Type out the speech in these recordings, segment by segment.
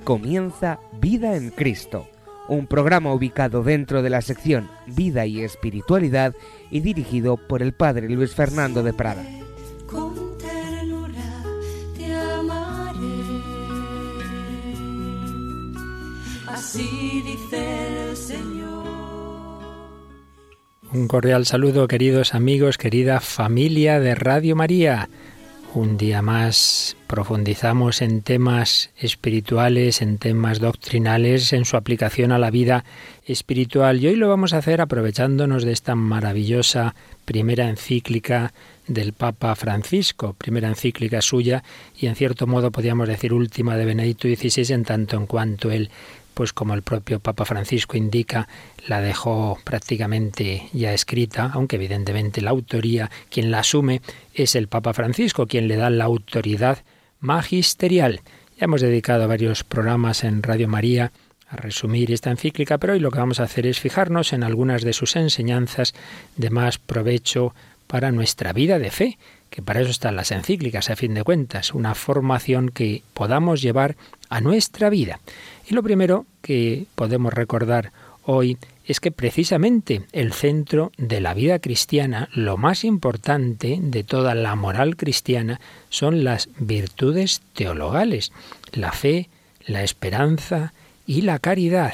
Comienza Vida en Cristo, un programa ubicado dentro de la sección Vida y Espiritualidad y dirigido por el Padre Luis Fernando de Prada. Con ternura te amaré, así dice el Señor. Un cordial saludo, queridos amigos, querida familia de Radio María. Un día más profundizamos en temas espirituales, en temas doctrinales, en su aplicación a la vida espiritual. Y hoy lo vamos a hacer aprovechándonos de esta maravillosa primera encíclica del Papa Francisco, primera encíclica suya y en cierto modo podríamos decir última de Benedicto XVI, en tanto en cuanto él, pues como el propio Papa Francisco indica, la dejó prácticamente ya escrita, aunque evidentemente la autoría, quien la asume, es el Papa Francisco, quien le da la autoridad magisterial. Ya hemos dedicado varios programas en Radio María a resumir esta encíclica, pero hoy lo que vamos a hacer es fijarnos en algunas de sus enseñanzas de más provecho para nuestra vida de fe, que para eso están las encíclicas, a fin de cuentas, una formación que podamos llevar a nuestra vida. Y lo primero que podemos recordar hoy es que precisamente el centro de la vida cristiana, lo más importante de toda la moral cristiana, son las virtudes teologales, la fe, la esperanza y la caridad.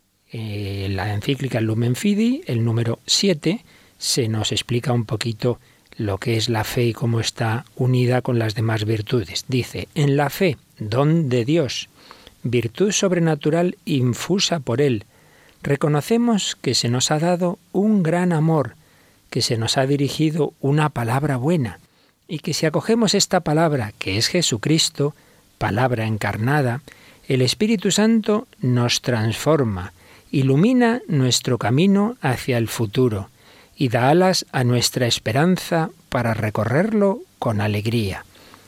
La encíclica Lumen Fidei, el número 7, se nos explica un poquito lo que es la fe y cómo está unida con las demás virtudes. Dice, en la fe, don de Dios, virtud sobrenatural infusa por Él, reconocemos que se nos ha dado un gran amor, que se nos ha dirigido una palabra buena, y que si acogemos esta palabra, que es Jesucristo, palabra encarnada, el Espíritu Santo nos transforma, ilumina nuestro camino hacia el futuro, y da alas a nuestra esperanza para recorrerlo con alegría.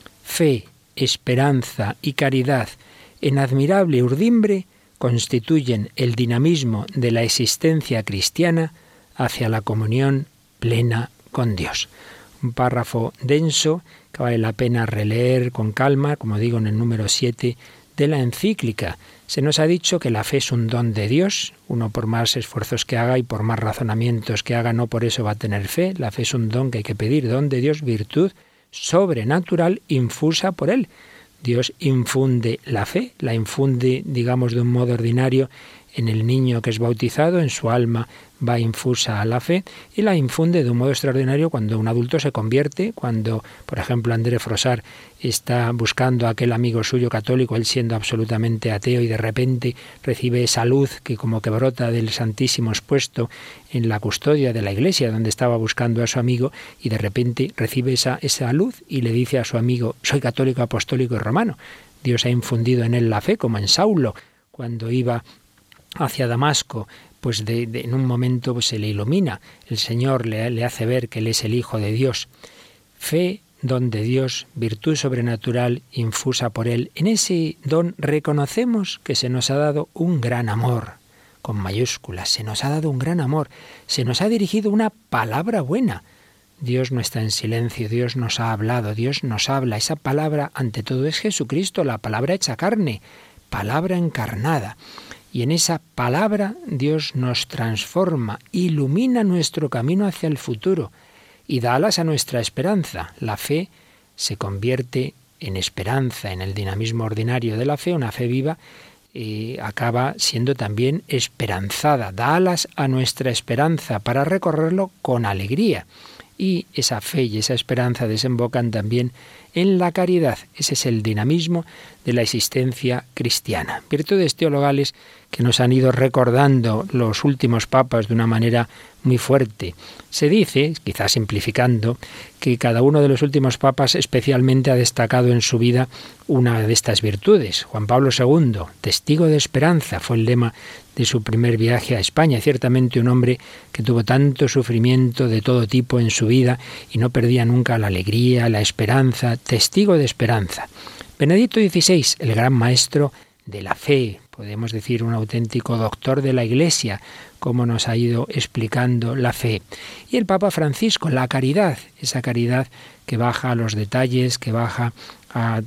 Fe, esperanza y caridad, en admirable urdimbre, constituyen el dinamismo de la existencia cristiana hacia la comunión plena con Dios. Un párrafo denso que vale la pena releer con calma, como digo en el número 7 de la encíclica. Se nos ha dicho que la fe es un don de Dios, uno por más esfuerzos que haga y por más razonamientos que haga, no por eso va a tener fe. La fe es un don que hay que pedir, don de Dios, virtud sobrenatural infusa por Él. Dios infunde la fe, la infunde, digamos, de un modo ordinario en el niño que es bautizado, en su alma va infusa a la fe, y la infunde de un modo extraordinario cuando un adulto se convierte, cuando, por ejemplo, André Frossard está buscando a aquel amigo suyo católico, él siendo absolutamente ateo, y de repente recibe esa luz que como que brota del Santísimo expuesto en la custodia de la iglesia donde estaba buscando a su amigo, y de repente recibe esa luz y le dice a su amigo, soy católico, apostólico y romano. Dios ha infundido en él la fe, como en Saulo, cuando iba hacia Damasco, pues en un momento pues se le ilumina, el Señor le hace ver que Él es el Hijo de Dios. Fe, don de Dios, virtud sobrenatural infusa por Él. En ese don reconocemos que se nos ha dado un gran amor, con mayúsculas, se nos ha dado un gran amor, se nos ha dirigido una palabra buena. Dios no está en silencio, Dios nos ha hablado, Dios nos habla. Esa palabra, ante todo, es Jesucristo, la palabra hecha carne, palabra encarnada. Y en esa palabra Dios nos transforma, ilumina nuestro camino hacia el futuro y da alas a nuestra esperanza. La fe se convierte en esperanza, en el dinamismo ordinario de la fe, una fe viva, acaba siendo también esperanzada, da alas a nuestra esperanza para recorrerlo con alegría. Y esa fe y esa esperanza desembocan también en la caridad. Ese es el dinamismo de la existencia cristiana. Virtudes teologales que nos han ido recordando los últimos papas de una manera muy fuerte. Se dice, quizás simplificando, que cada uno de los últimos papas especialmente ha destacado en su vida una de estas virtudes. Juan Pablo II, testigo de esperanza, fue el lema de su primer viaje a España. Ciertamente un hombre que tuvo tanto sufrimiento de todo tipo en su vida y no perdía nunca la alegría, la esperanza, testigo de esperanza. Benedicto XVI, el gran maestro de la fe, podemos decir un auténtico doctor de la Iglesia, como nos ha ido explicando la fe. Y el Papa Francisco, la caridad, esa caridad que baja a los detalles, que baja a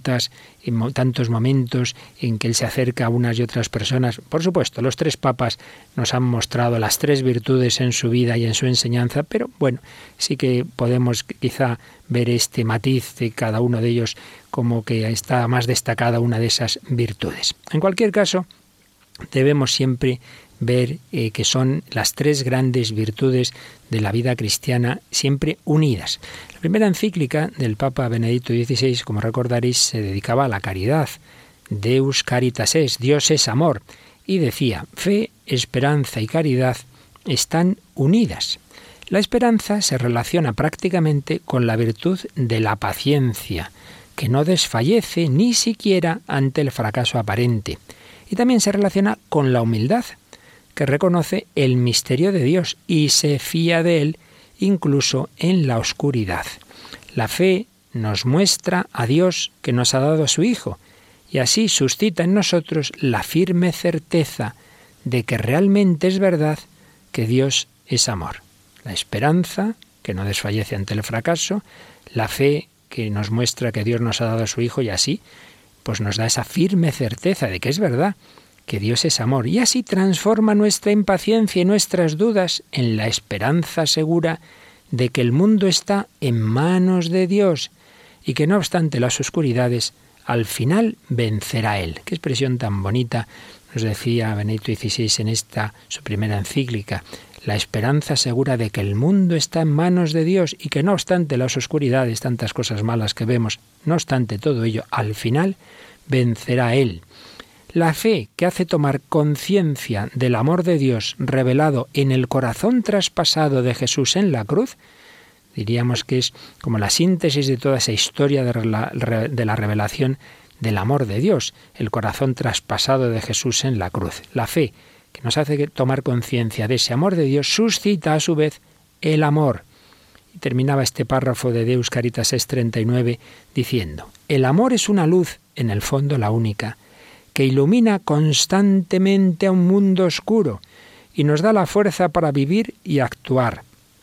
tantos momentos en que Él se acerca a unas y otras personas. Por supuesto, los tres papas nos han mostrado las tres virtudes en su vida y en su enseñanza, pero bueno, sí que podemos quizá ver este matiz de cada uno de ellos como que está más destacada una de esas virtudes. En cualquier caso, debemos siempre ver que son las tres grandes virtudes de la vida cristiana siempre unidas. La primera encíclica del Papa Benedicto XVI, como recordaréis, se dedicaba a la caridad. Deus caritas est, Dios es amor. Y decía, fe, esperanza y caridad están unidas. La esperanza se relaciona prácticamente con la virtud de la paciencia, que no desfallece ni siquiera ante el fracaso aparente. Y también se relaciona con la humildad, que reconoce el misterio de Dios y se fía de Él incluso en la oscuridad. La fe nos muestra a Dios que nos ha dado a su Hijo y así suscita en nosotros la firme certeza de que realmente es verdad que Dios es amor. La esperanza, que no desfallece ante el fracaso, la fe que nos muestra que Dios nos ha dado a su Hijo y así pues nos da esa firme certeza de que es verdad que Dios es amor, y así transforma nuestra impaciencia y nuestras dudas en la esperanza segura de que el mundo está en manos de Dios y que no obstante las oscuridades, al final vencerá Él. Qué expresión tan bonita nos decía Benedicto XVI en esta su primera encíclica. La esperanza segura de que el mundo está en manos de Dios y que no obstante las oscuridades, tantas cosas malas que vemos, no obstante todo ello, al final vencerá Él. La fe que hace tomar conciencia del amor de Dios revelado en el corazón traspasado de Jesús en la cruz, diríamos que es como la síntesis de toda esa historia de la revelación del amor de Dios, el corazón traspasado de Jesús en la cruz. La fe que nos hace tomar conciencia de ese amor de Dios suscita a su vez el amor. Y terminaba este párrafo de Deus Caritas Est 39 diciendo, el amor es una luz, en el fondo la única, que ilumina constantemente a un mundo oscuro y nos da la fuerza para vivir y actuar.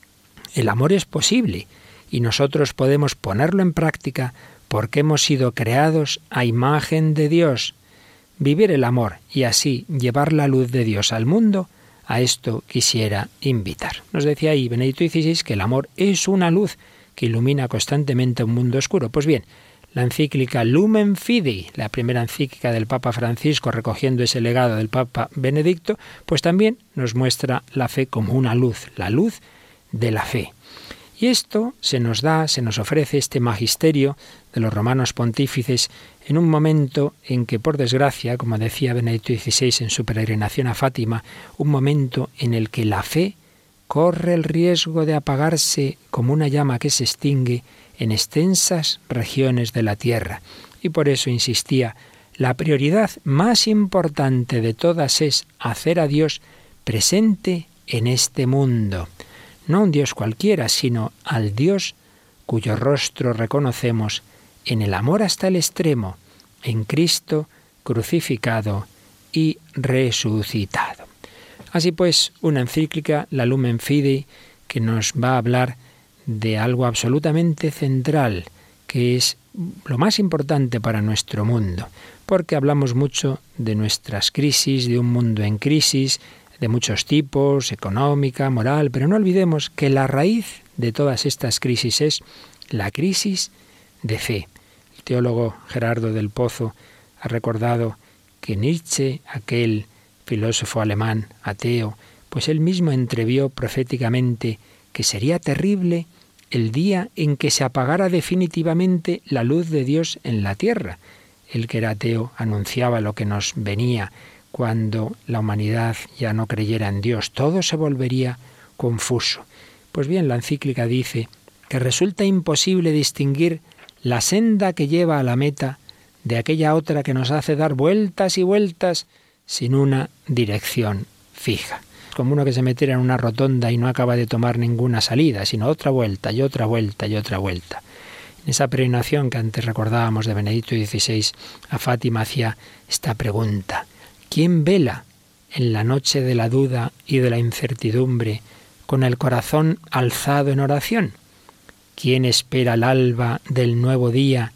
El amor es posible y nosotros podemos ponerlo en práctica porque hemos sido creados a imagen de Dios. Vivir el amor y así llevar la luz de Dios al mundo, a esto quisiera invitar. Nos decía ahí Benedicto XVI que el amor es una luz que ilumina constantemente un mundo oscuro. Pues bien, la encíclica Lumen Fidei, la primera encíclica del Papa Francisco recogiendo ese legado del Papa Benedicto, pues también nos muestra la fe como una luz, la luz de la fe. Y esto se nos ofrece este magisterio de los romanos pontífices en un momento en que, por desgracia, como decía Benedicto XVI en su peregrinación a Fátima, un momento en el que la fe corre el riesgo de apagarse como una llama que se extingue en extensas regiones de la tierra. Y por eso insistía, la prioridad más importante de todas es hacer a Dios presente en este mundo. No un Dios cualquiera, sino al Dios cuyo rostro reconocemos en el amor hasta el extremo, en Cristo crucificado y resucitado. Así pues, una encíclica, la Lumen Fidei, que nos va a hablar de algo absolutamente central, que es lo más importante para nuestro mundo, porque hablamos mucho de nuestras crisis, de un mundo en crisis, de muchos tipos, económica, moral, pero no olvidemos que la raíz de todas estas crisis es la crisis de fe. El teólogo Gerardo del Pozo ha recordado que Nietzsche, aquel filósofo alemán ateo, pues él mismo entrevió proféticamente que sería terrible el día en que se apagara definitivamente la luz de Dios en la tierra. Él, que era ateo, anunciaba lo que nos venía cuando la humanidad ya no creyera en Dios. Todo se volvería confuso. Pues bien, la encíclica dice que resulta imposible distinguir la senda que lleva a la meta de aquella otra que nos hace dar vueltas y vueltas sin una dirección fija. Como uno que se metiera en una rotonda y no acaba de tomar ninguna salida, sino otra vuelta y otra vuelta y otra vuelta. En esa peregrinación que antes recordábamos de Benedicto XVI a Fátima hacía esta pregunta: ¿quién vela en la noche de la duda y de la incertidumbre con el corazón alzado en oración? ¿Quién espera el alba del nuevo día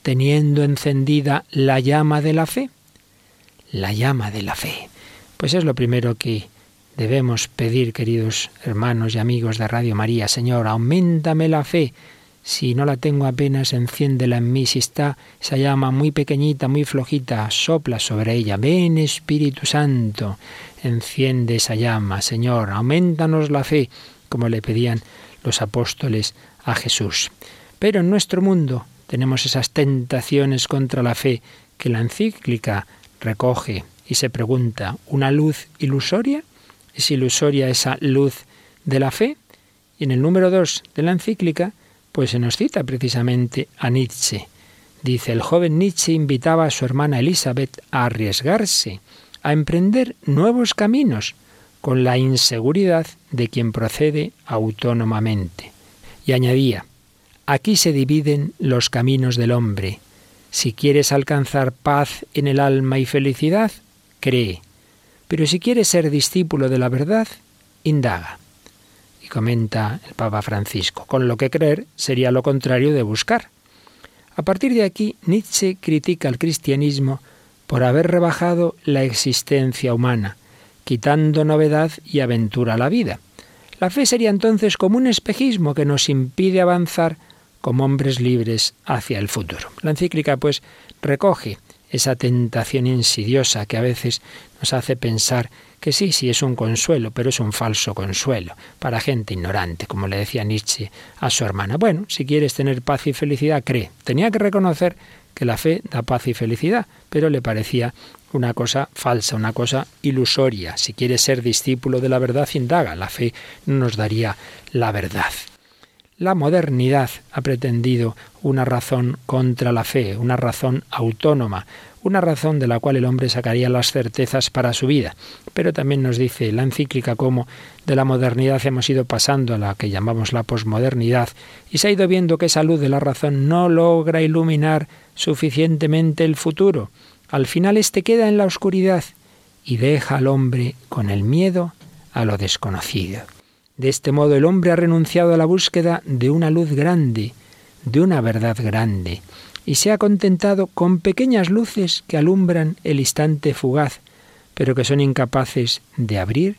teniendo encendida la llama de la fe. La llama de la fe. Pues es lo primero que debemos pedir, queridos hermanos y amigos de Radio María. Señor, auméntame la fe. Si no la tengo apenas, enciéndela en mí. Si está esa llama muy pequeñita, muy flojita, sopla sobre ella. Ven, Espíritu Santo, enciende esa llama. Señor, aumentanos la fe, como le pedían los apóstoles a Jesús. Pero en nuestro mundo tenemos esas tentaciones contra la fe que la encíclica recoge y se pregunta, ¿una luz ilusoria? ¿Es ilusoria esa luz de la fe? Y en el número 2 de la encíclica, pues se nos cita precisamente a Nietzsche. Dice, el joven Nietzsche invitaba a su hermana Elizabeth a arriesgarse, a emprender nuevos caminos, con la inseguridad de quien procede autónomamente. Y añadía, aquí se dividen los caminos del hombre. Si quieres alcanzar paz en el alma y felicidad, cree. Pero si quieres ser discípulo de la verdad, indaga. Y comenta el Papa Francisco, con lo que creer sería lo contrario de buscar. A partir de aquí, Nietzsche critica al cristianismo por haber rebajado la existencia humana, quitando novedad y aventura a la vida. La fe sería entonces como un espejismo que nos impide avanzar como hombres libres hacia el futuro. La encíclica, pues, recoge esa tentación insidiosa que a veces nos hace pensar que sí es un consuelo, pero es un falso consuelo para gente ignorante, como le decía Nietzsche a su hermana. Bueno, si quieres tener paz y felicidad, cree. Tenía que reconocer que la fe da paz y felicidad, pero le parecía una cosa falsa, una cosa ilusoria. Si quieres ser discípulo de la verdad, indaga. La fe no nos daría la verdad. La modernidad ha pretendido una razón contra la fe, una razón autónoma, una razón de la cual el hombre sacaría las certezas para su vida. Pero también nos dice la encíclica cómo de la modernidad hemos ido pasando a la que llamamos la posmodernidad y se ha ido viendo que esa luz de la razón no logra iluminar suficientemente el futuro. Al final éste queda en la oscuridad y deja al hombre con el miedo a lo desconocido. De este modo el hombre ha renunciado a la búsqueda de una luz grande, de una verdad grande, y se ha contentado con pequeñas luces que alumbran el instante fugaz, pero que son incapaces de abrir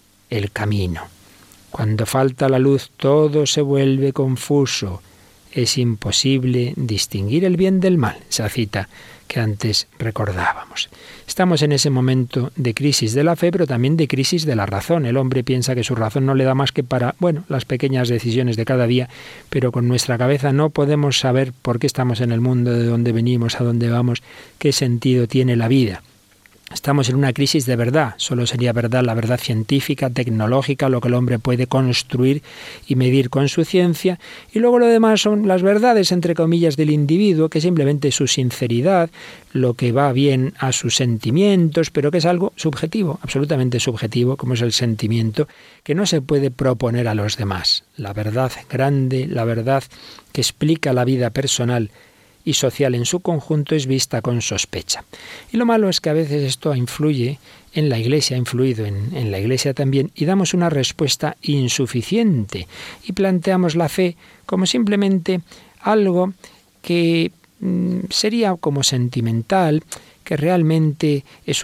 el camino. Cuando falta la luz todo se vuelve confuso, es imposible distinguir el bien del mal. Esa cita que antes recordábamos. Estamos en ese momento de crisis de la fe, pero también de crisis de la razón. El hombre piensa que su razón no le da más que para, las pequeñas decisiones de cada día, pero con nuestra cabeza no podemos saber por qué estamos en el mundo, de dónde venimos, a dónde vamos, qué sentido tiene la vida. Estamos en una crisis de verdad. Solo sería verdad la verdad científica, tecnológica, lo que el hombre puede construir y medir con su ciencia. Y luego lo demás son las verdades, entre comillas, del individuo, que simplemente es su sinceridad, lo que va bien a sus sentimientos, pero que es algo subjetivo, absolutamente subjetivo, como es el sentimiento, que no se puede proponer a los demás. La verdad grande, la verdad que explica la vida personal y social en su conjunto es vista con sospecha. Y lo malo es que a veces esto influye en la Iglesia, ha influido en la Iglesia también, y damos una respuesta insuficiente y planteamos la fe como simplemente algo que sería como sentimental, que realmente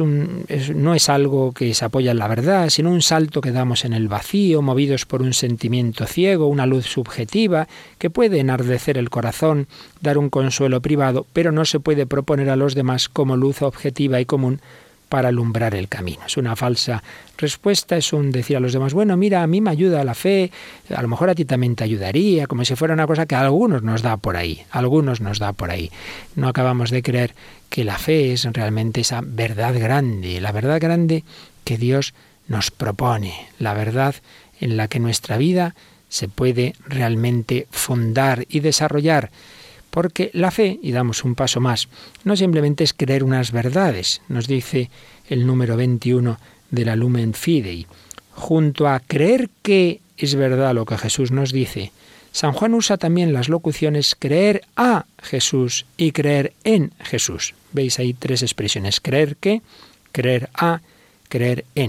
no es algo que se apoya en la verdad, sino un salto que damos en el vacío, movidos por un sentimiento ciego, una luz subjetiva, que puede enardecer el corazón, dar un consuelo privado, pero no se puede proponer a los demás como luz objetiva y común para alumbrar el camino. Es una falsa respuesta, es un decir a los demás, mira, a mí me ayuda la fe, a lo mejor a ti también te ayudaría, como si fuera una cosa que a algunos nos da por ahí, No acabamos de creer que la fe es realmente esa verdad grande, la verdad grande que Dios nos propone, la verdad en la que nuestra vida se puede realmente fundar y desarrollar. Porque la fe, y damos un paso más, no simplemente es creer unas verdades, nos dice el número 21 de la Lumen Fidei. Junto a creer que es verdad lo que Jesús nos dice, San Juan usa también las locuciones creer a Jesús y creer en Jesús. Veis ahí tres expresiones, creer que, creer a, creer en.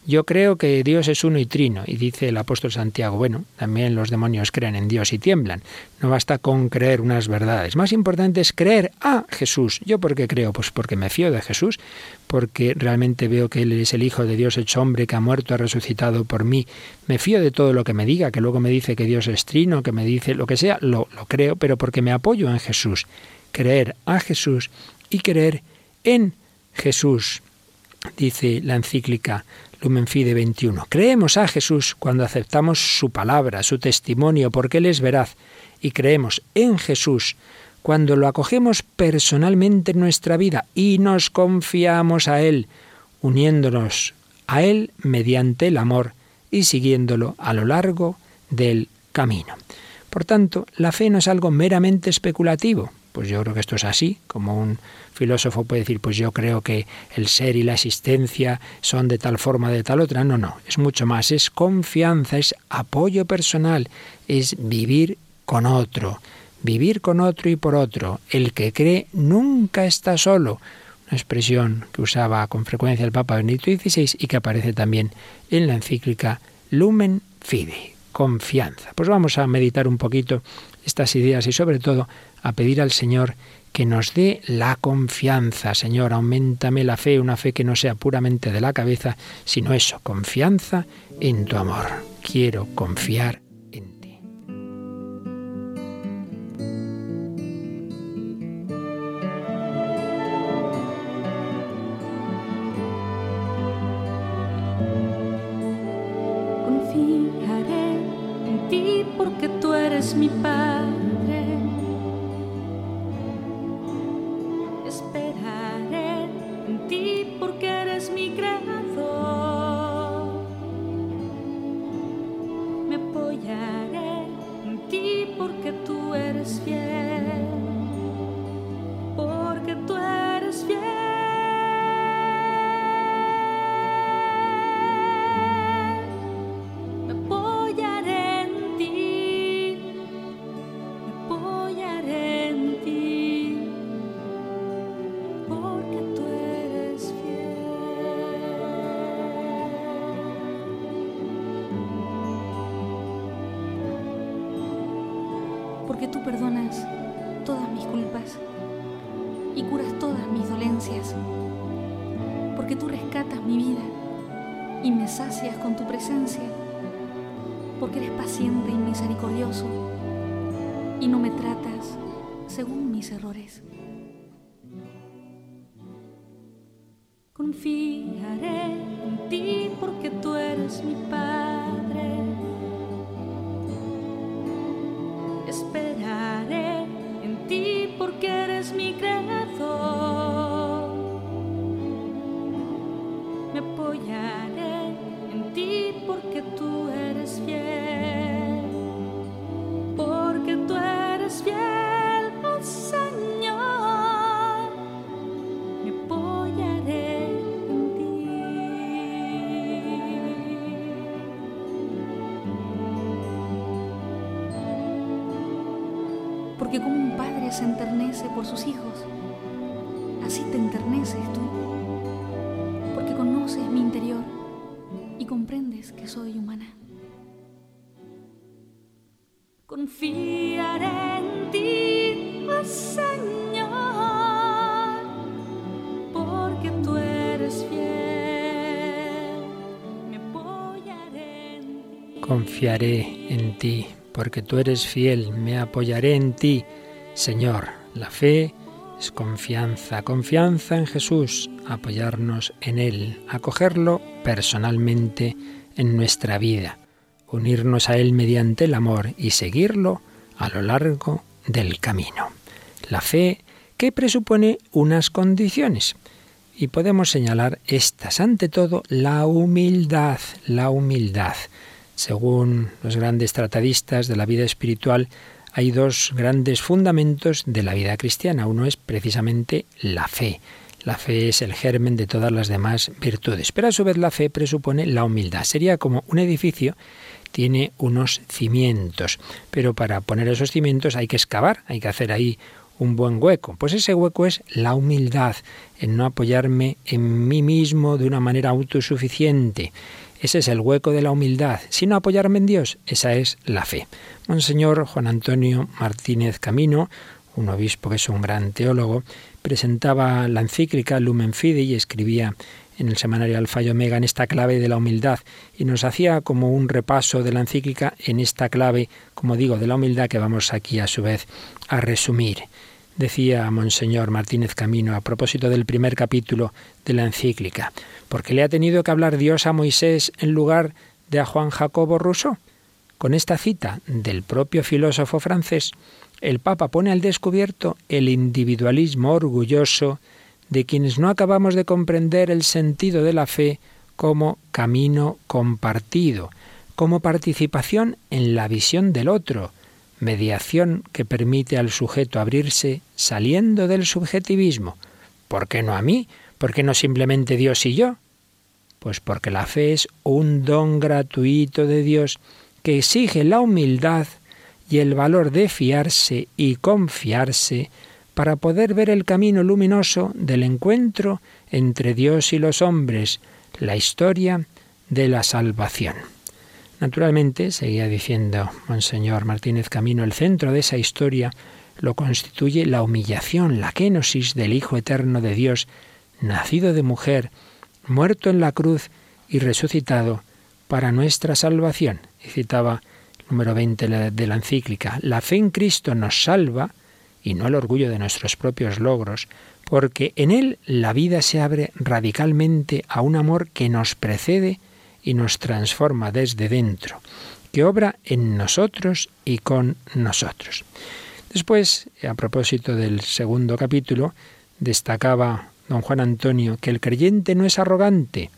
Yo creo que Dios es uno y trino, y dice el apóstol Santiago, bueno, también los demonios creen en Dios y tiemblan. No basta con creer unas verdades. Más importante es creer a Jesús. ¿Yo por qué creo? Pues porque me fío de Jesús, porque realmente veo que Él es el Hijo de Dios hecho hombre, que ha muerto, ha resucitado por mí. Me fío de todo lo que me diga, que luego me dice que Dios es trino, que me dice lo que sea, lo creo, pero porque me apoyo en Jesús. Creer a Jesús y creer en Jesús. Dice la encíclica Lumen Fide 21. Creemos a Jesús cuando aceptamos su palabra, su testimonio, porque Él es veraz, y creemos en Jesús cuando lo acogemos personalmente en nuestra vida y nos confiamos a Él, uniéndonos a Él mediante el amor y siguiéndolo a lo largo del camino. Por tanto, la fe no es algo meramente especulativo. Pues yo creo que esto es así, como un filósofo puede decir, pues yo creo que el ser y la existencia son de tal forma, de tal otra. No, es mucho más, es confianza, es apoyo personal, es vivir con otro y por otro. El que cree nunca está solo. Una expresión que usaba con frecuencia el Papa Benedicto XVI y que aparece también en la encíclica Lumen Fide, confianza. Pues vamos a meditar un poquito estas ideas y sobre todo a pedir al Señor que nos dé la confianza. Señor, auméntame la fe, una fe que no sea puramente de la cabeza, sino eso, confianza en tu amor. Quiero confiar en ti. Confiaré en ti porque tú eres mi Padre. Esperaré en ti porque eres mi Creador. Me apoyaré en ti porque tú eres fiel. Porque tú eres fiel. Me apoyaré en ti. Me apoyaré en ti. Porque tú eres fiel. Porque tú perdonas todas mis culpas y curas todas mis dolencias. Porque tú rescatas mi vida y me sacias con tu presencia. Porque eres paciente y misericordioso y no me tratas según mis errores. Confiaré en ti porque tú eres mi Padre. Esperaré en ti porque eres mi Creador. Me apoyaré en ti porque tú eres fiel. Porque tú eres fiel, oh Señor. Me apoyaré en ti. Porque como un padre se enternece por sus hijos, así te enterneces tú. Porque conoces mi interior y comprendes que soy humana. Confiaré en ti, oh Señor, porque tú eres fiel. Me apoyaré en ti. Confiaré en ti, porque tú eres fiel, me apoyaré en ti. Señor, la fe es confianza, confianza en Jesús, apoyarnos en Él, acogerlo personalmente en nuestra vida, unirnos a Él mediante el amor y seguirlo a lo largo del camino. La fe que presupone unas condiciones y podemos señalar estas. Ante todo, la humildad, la humildad. Según los grandes tratadistas de la vida espiritual, hay dos grandes fundamentos de la vida cristiana. Uno es precisamente la fe. La fe es el germen de todas las demás virtudes, pero a su vez la fe presupone la humildad. Sería como un edificio, tiene unos cimientos, pero para poner esos cimientos hay que excavar, hay que hacer ahí un buen hueco. Pues ese hueco es la humildad, en no apoyarme en mí mismo de una manera autosuficiente. Ese es el hueco de la humildad, sino apoyarme en Dios. Esa es la fe. Monseñor Juan Antonio Martínez Camino, un obispo que es un gran teólogo, presentaba la encíclica Lumen Fidei y escribía en el semanario Alfa y Omega en esta clave de la humildad, y nos hacía como un repaso de la encíclica en esta clave, como digo, de la humildad, que vamos aquí a su vez a resumir. Decía Monseñor Martínez Camino a propósito del primer capítulo de la encíclica: ¿por qué le ha tenido que hablar Dios a Moisés en lugar de a Juan Jacobo Rousseau? Con esta cita del propio filósofo francés, el Papa pone al descubierto el individualismo orgulloso de quienes no acabamos de comprender el sentido de la fe como camino compartido, como participación en la visión del otro, mediación que permite al sujeto abrirse saliendo del subjetivismo. ¿Por qué no a mí? ¿Por qué no simplemente Dios y yo? Pues porque la fe es un don gratuito de Dios que exige la humildad y el valor de fiarse y confiarse para poder ver el camino luminoso del encuentro entre Dios y los hombres, la historia de la salvación. Naturalmente, seguía diciendo Monseñor Martínez Camino, el centro de esa historia lo constituye la humillación, la kénosis del Hijo Eterno de Dios, nacido de mujer, muerto en la cruz y resucitado para nuestra salvación. Y citaba el número 20 de la encíclica: la fe en Cristo nos salva, y no el orgullo de nuestros propios logros, porque en Él la vida se abre radicalmente a un amor que nos precede y nos transforma desde dentro, que obra en nosotros y con nosotros. Después, a propósito del segundo capítulo, destacaba don Juan Antonio que el creyente no es arrogante.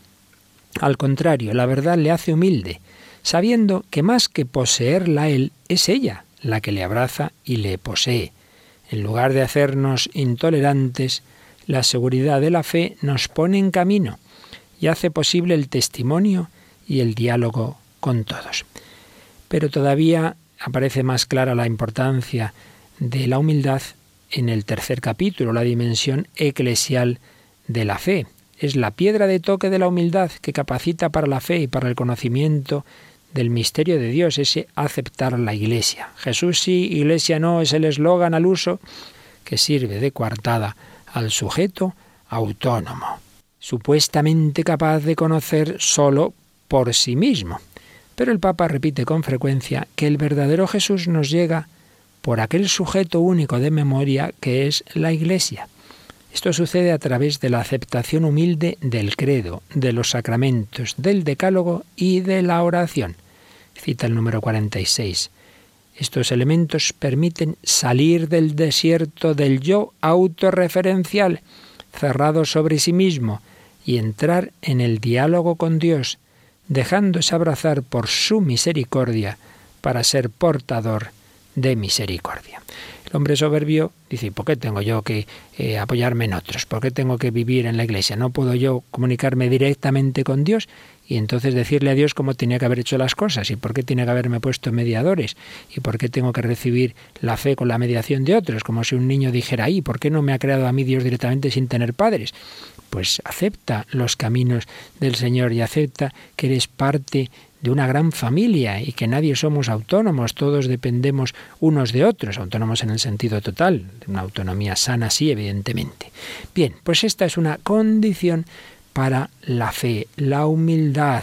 Al contrario, la verdad le hace humilde, sabiendo que más que poseerla él, es ella la que le abraza y le posee. En lugar de hacernos intolerantes, la seguridad de la fe nos pone en camino y hace posible el testimonio y el diálogo con todos. Pero todavía aparece más clara la importancia de la humildad en el tercer capítulo, la dimensión eclesial de la fe. Es la piedra de toque de la humildad que capacita para la fe y para el conocimiento del misterio de Dios, ese aceptar la Iglesia. Jesús sí, Iglesia no, es el eslogan al uso que sirve de coartada al sujeto autónomo, supuestamente capaz de conocer solo por sí mismo. Pero el Papa repite con frecuencia que el verdadero Jesús nos llega por aquel sujeto único de memoria que es la Iglesia. Esto sucede a través de la aceptación humilde del credo, de los sacramentos, del decálogo y de la oración. Cita el número 46. Estos elementos permiten salir del desierto del yo autorreferencial, cerrado sobre sí mismo, y entrar en el diálogo con Dios, dejándose abrazar por su misericordia para ser portador de misericordia. El hombre soberbio dice: ¿por qué tengo yo que apoyarme en otros? ¿Por qué tengo que vivir en la Iglesia? ¿No puedo yo comunicarme directamente con Dios? Y entonces decirle a Dios cómo tenía que haber hecho las cosas, y por qué tiene que haberme puesto mediadores, y por qué tengo que recibir la fe con la mediación de otros, como si un niño dijera: ¿y por qué no me ha creado a mí Dios directamente sin tener padres? Pues acepta los caminos del Señor y acepta que eres parte de una gran familia y que nadie somos autónomos, todos dependemos unos de otros, autónomos en el sentido total, de una autonomía sana, sí, evidentemente. Bien, pues esta es una condición para la fe, la humildad,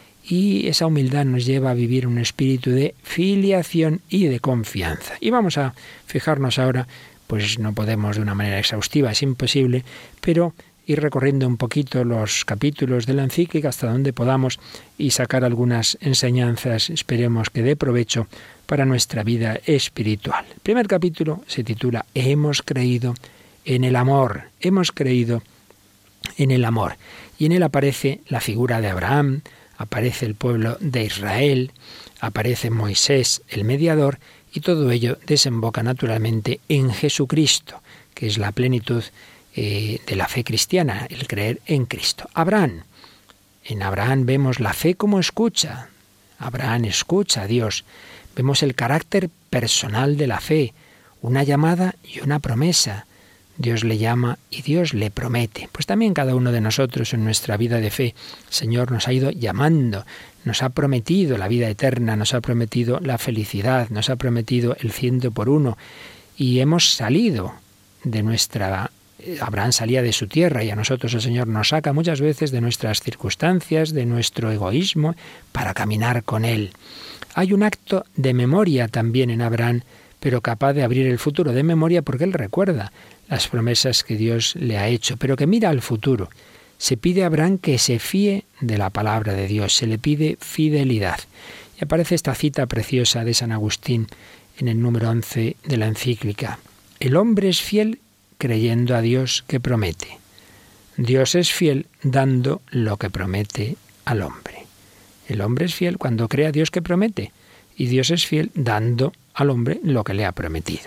y esa humildad nos lleva a vivir un espíritu de filiación y de confianza. Y vamos a fijarnos ahora, pues no podemos de una manera exhaustiva, es imposible, pero ir recorriendo un poquito los capítulos de la encíclica hasta donde podamos y sacar algunas enseñanzas, esperemos que de provecho para nuestra vida espiritual. El primer capítulo se titula Hemos creído en el amor, hemos creído en el amor. Y en él aparece la figura de Abraham, aparece el pueblo de Israel, aparece Moisés, el mediador, y todo ello desemboca naturalmente en Jesucristo, que es la plenitud de la fe cristiana, el creer en Cristo. Abraham. En Abraham vemos la fe como escucha. Abraham escucha a Dios. Vemos el carácter personal de la fe, una llamada y una promesa. Dios le llama y Dios le promete. Pues también cada uno de nosotros en nuestra vida de fe, el Señor nos ha ido llamando, nos ha prometido la vida eterna, nos ha prometido la felicidad, nos ha prometido el 100 y hemos salido de nuestra... Abraham salía de su tierra y a nosotros el Señor nos saca muchas veces de nuestras circunstancias, de nuestro egoísmo, para caminar con Él. Hay un acto de memoria también en Abraham, pero capaz de abrir el futuro, de memoria porque él recuerda las promesas que Dios le ha hecho, pero que mira al futuro. Se pide a Abraham que se fíe de la palabra de Dios, se le pide fidelidad. Y aparece esta cita preciosa de San Agustín en el número 11 de la encíclica. El hombre es fiel creyendo a Dios que promete. Dios es fiel dando lo que promete al hombre. El hombre es fiel cuando cree a Dios que promete, y Dios es fiel dando al hombre lo que le ha prometido.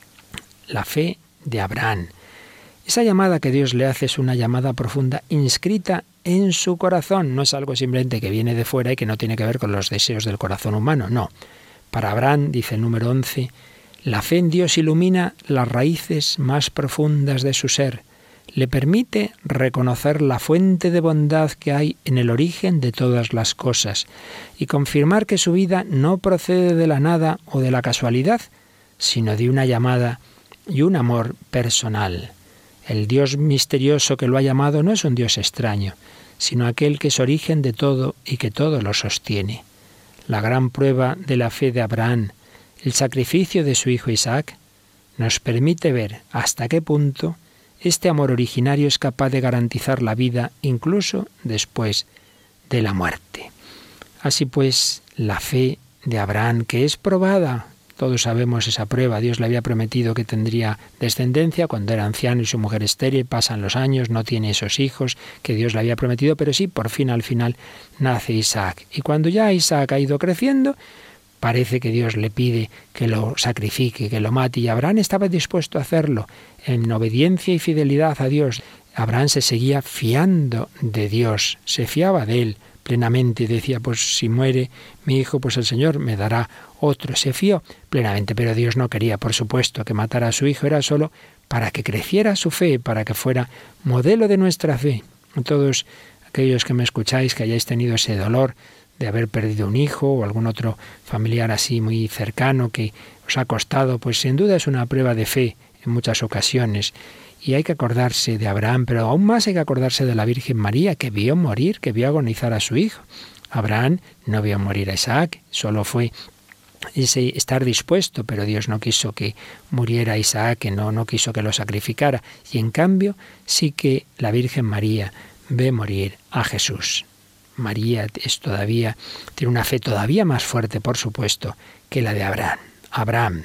La fe de Abraham. Esa llamada que Dios le hace es una llamada profunda, inscrita en su corazón. No es algo simplemente que viene de fuera y que no tiene que ver con los deseos del corazón humano, no. Para Abraham, dice el número 11, la fe en Dios ilumina las raíces más profundas de su ser. Le permite reconocer la fuente de bondad que hay en el origen de todas las cosas y confirmar que su vida no procede de la nada o de la casualidad, sino de una llamada y un amor personal. El Dios misterioso que lo ha llamado no es un Dios extraño, sino aquel que es origen de todo y que todo lo sostiene. La gran prueba de la fe de Abraham, el sacrificio de su hijo Isaac, nos permite ver hasta qué punto este amor originario es capaz de garantizar la vida incluso después de la muerte. Así pues, la fe de Abraham, que es probada, todos sabemos esa prueba, Dios le había prometido que tendría descendencia cuando era anciano y su mujer estéril, pasan los años, no tiene esos hijos que Dios le había prometido, pero sí, por fin al final nace Isaac. Y cuando ya Isaac ha ido creciendo, parece que Dios le pide que lo sacrifique, que lo mate, y Abraham estaba dispuesto a hacerlo en obediencia y fidelidad a Dios. Abraham se seguía fiando de Dios, se fiaba de Él plenamente y decía, pues si muere mi hijo, pues el Señor me dará otro. Se fió plenamente, pero Dios no quería, por supuesto, que matara a su hijo, era solo para que creciera su fe, para que fuera modelo de nuestra fe. Todos aquellos que me escucháis, que hayáis tenido ese dolor de haber perdido un hijo o algún otro familiar así muy cercano que os ha costado, pues sin duda es una prueba de fe en muchas ocasiones. Y hay que acordarse de Abraham, pero aún más hay que acordarse de la Virgen María, que vio morir, que vio agonizar a su hijo. Abraham no vio morir a Isaac, solo fue ese estar dispuesto, pero Dios no quiso que muriera Isaac, que no quiso que lo sacrificara. Y en cambio sí que la Virgen María ve morir a Jesús. María tiene una fe todavía más fuerte, por supuesto, que la de Abraham. Abraham,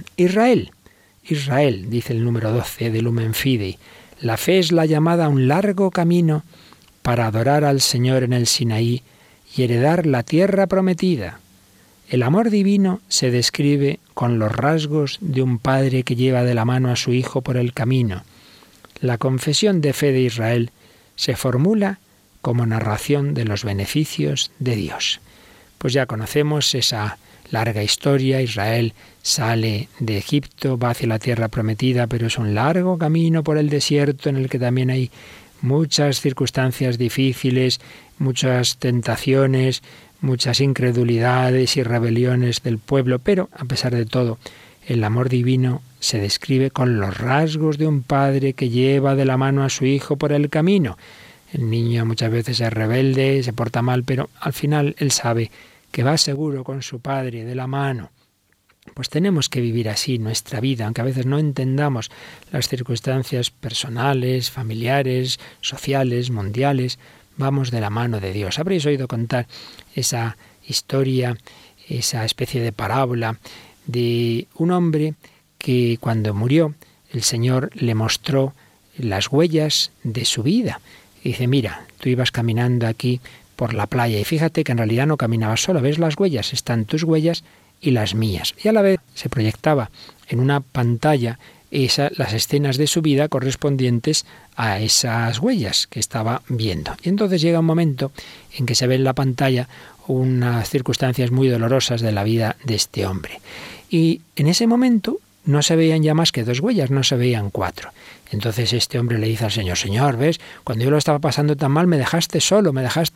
Israel, dice el número 12 de Lumen Fidei. La fe es la llamada a un largo camino para adorar al Señor en el Sinaí y heredar la tierra prometida. El amor divino se describe con los rasgos de un padre que lleva de la mano a su hijo por el camino. La confesión de fe de Israel se formula como narración de los beneficios de Dios. Pues ya conocemos esa larga historia. Israel sale de Egipto, va hacia la tierra prometida, pero es un largo camino por el desierto en el que también hay muchas circunstancias difíciles, muchas tentaciones, muchas incredulidades y rebeliones del pueblo, pero a pesar de todo, el amor divino se describe con los rasgos de un padre que lleva de la mano a su hijo por el camino. El niño muchas veces es rebelde, se porta mal, pero al final él sabe que va seguro con su padre de la mano. Pues tenemos que vivir así nuestra vida, aunque a veces no entendamos las circunstancias personales, familiares, sociales, mundiales, vamos de la mano de Dios. Habréis oído contar esa historia, esa especie de parábola de un hombre que cuando murió el Señor le mostró las huellas de su vida. Y dice, mira, tú ibas caminando aquí por la playa y fíjate que en realidad no caminabas solo, ves las huellas, están tus huellas y las mías. Y a la vez se proyectaba en una pantalla las escenas de su vida correspondientes a esas huellas que estaba viendo. Y entonces llega un momento en que se ve en la pantalla unas circunstancias muy dolorosas de la vida de este hombre. Y en ese momento no se veían ya más que 2 huellas, no se veían 4. Entonces este hombre le dice al Señor: Señor, ¿ves? Cuando yo lo estaba pasando tan mal, me dejaste solo.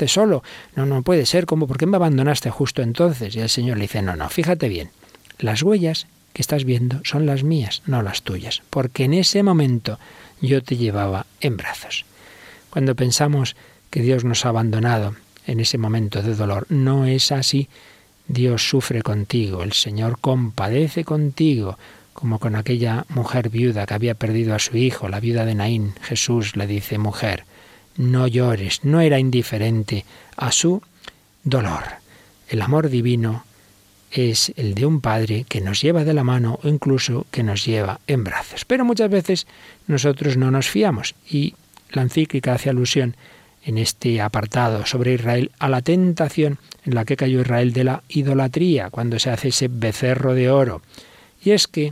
No puede ser, ¿cómo? ¿Por qué me abandonaste justo entonces? Y el Señor le dice: no, fíjate bien, las huellas que estás viendo son las mías, no las tuyas, porque en ese momento yo te llevaba en brazos. Cuando pensamos que Dios nos ha abandonado en ese momento de dolor, no es así. Dios sufre contigo, el Señor compadece contigo, como con aquella mujer viuda que había perdido a su hijo, la viuda de Naín. Jesús le dice: mujer, no llores. No era indiferente a su dolor. El amor divino es el de un padre que nos lleva de la mano o incluso que nos lleva en brazos. Pero muchas veces nosotros no nos fiamos, y la encíclica hace alusión en este apartado sobre Israel a la tentación en la que cayó Israel de la idolatría, cuando se hace ese becerro de oro. Y es que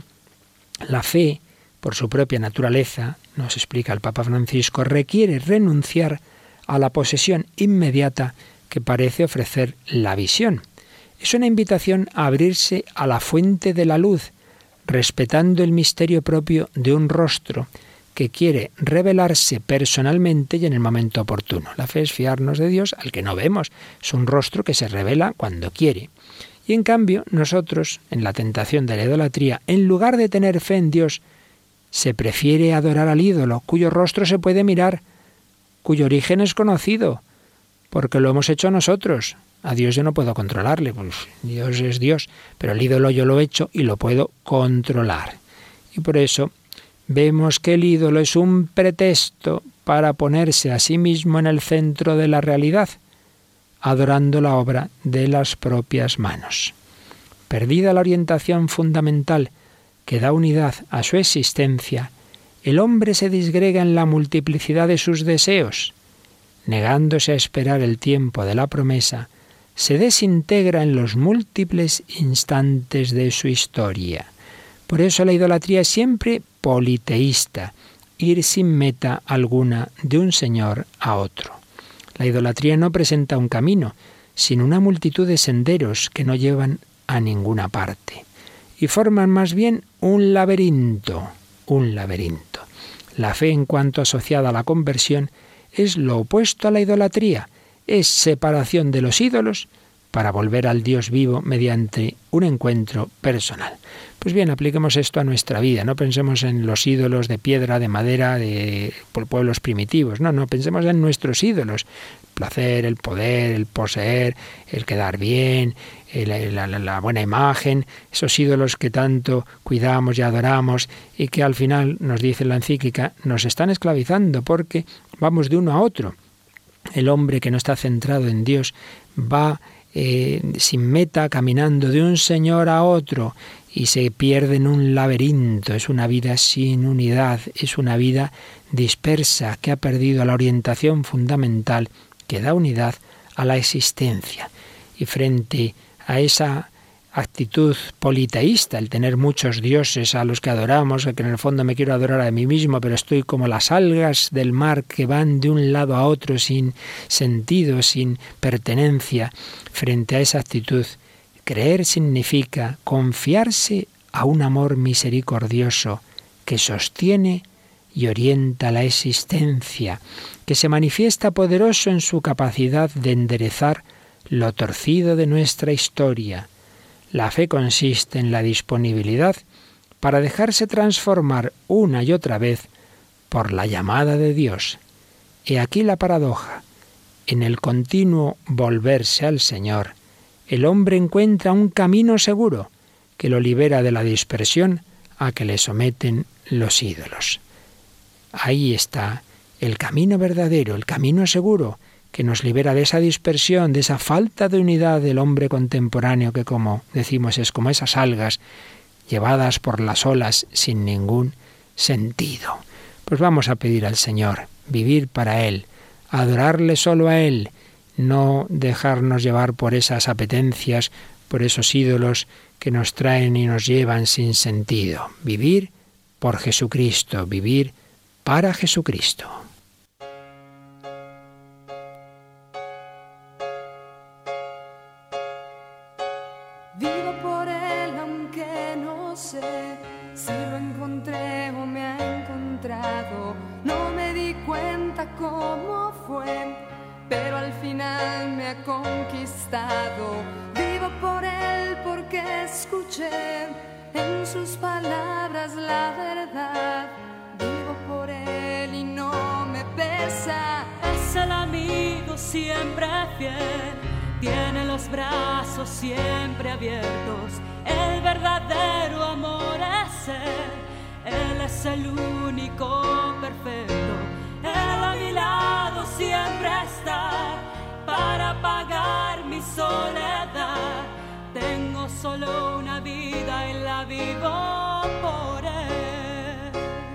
la fe, por su propia naturaleza, nos explica el Papa Francisco, requiere renunciar a la posesión inmediata que parece ofrecer la visión. Es una invitación a abrirse a la fuente de la luz, respetando el misterio propio de un rostro que quiere revelarse personalmente y en el momento oportuno. La fe es fiarnos de Dios al que no vemos. Es un rostro que se revela cuando quiere. Y en cambio, nosotros, en la tentación de la idolatría, en lugar de tener fe en Dios, se prefiere adorar al ídolo, cuyo rostro se puede mirar, cuyo origen es conocido, porque lo hemos hecho nosotros. A Dios yo no puedo controlarle, pues Dios es Dios, pero el ídolo yo lo he hecho y lo puedo controlar. Y por eso vemos que el ídolo es un pretexto para ponerse a sí mismo en el centro de la realidad, adorando la obra de las propias manos. Perdida la orientación fundamental que da unidad a su existencia, el hombre se disgrega en la multiplicidad de sus deseos. Negándose a esperar el tiempo de la promesa, se desintegra en los múltiples instantes de su historia. Por eso la idolatría es siempre politeísta, ir sin meta alguna de un señor a otro. La idolatría no presenta un camino, sino una multitud de senderos que no llevan a ninguna parte, y forman más bien un laberinto. La fe, en cuanto asociada a la conversión, es lo opuesto a la idolatría, es separación de los ídolos para volver al Dios vivo mediante un encuentro personal. Pues bien, apliquemos esto a nuestra vida, no pensemos en los ídolos de piedra, de madera, de pueblos primitivos, no, pensemos en nuestros ídolos, el placer, el poder, el poseer, el quedar bien, la buena imagen, esos ídolos que tanto cuidamos y adoramos y que al final, nos dice la encíclica, nos están esclavizando porque vamos de uno a otro. El hombre que no está centrado en Dios va sin meta, caminando de un señor a otro y se pierde en un laberinto. Es una vida sin unidad, es una vida dispersa que ha perdido la orientación fundamental que da unidad a la existencia. Y frente a esa actitud politeísta, el tener muchos dioses a los que adoramos, que en el fondo me quiero adorar a mí mismo, pero estoy como las algas del mar que van de un lado a otro sin sentido, sin pertenencia. Frente a esa actitud, creer significa confiarse a un amor misericordioso que sostiene y orienta la existencia, que se manifiesta poderoso en su capacidad de enderezar lo torcido de nuestra historia. La fe consiste en la disponibilidad para dejarse transformar una y otra vez por la llamada de Dios. He aquí la paradoja. En el continuo volverse al Señor, el hombre encuentra un camino seguro que lo libera de la dispersión a que le someten los ídolos. Ahí está el camino verdadero, el camino seguro, que nos libera de esa dispersión, de esa falta de unidad del hombre contemporáneo que, como decimos, es como esas algas llevadas por las olas sin ningún sentido. Pues vamos a pedir al Señor vivir para Él, adorarle solo a Él, no dejarnos llevar por esas apetencias, por esos ídolos que nos traen y nos llevan sin sentido. Vivir por Jesucristo, vivir para Jesucristo. Vivo por Él aunque no sé si cuenta cómo fue, pero al final me ha conquistado. Vivo por él porque escuché en sus palabras la verdad. Vivo por él y no me pesa. Es el amigo siempre fiel, tiene los brazos siempre abiertos. El verdadero amor es él es el único perfecto. Él a mi lado siempre está para pagar mi soledad. Tengo solo una vida y la vivo por él.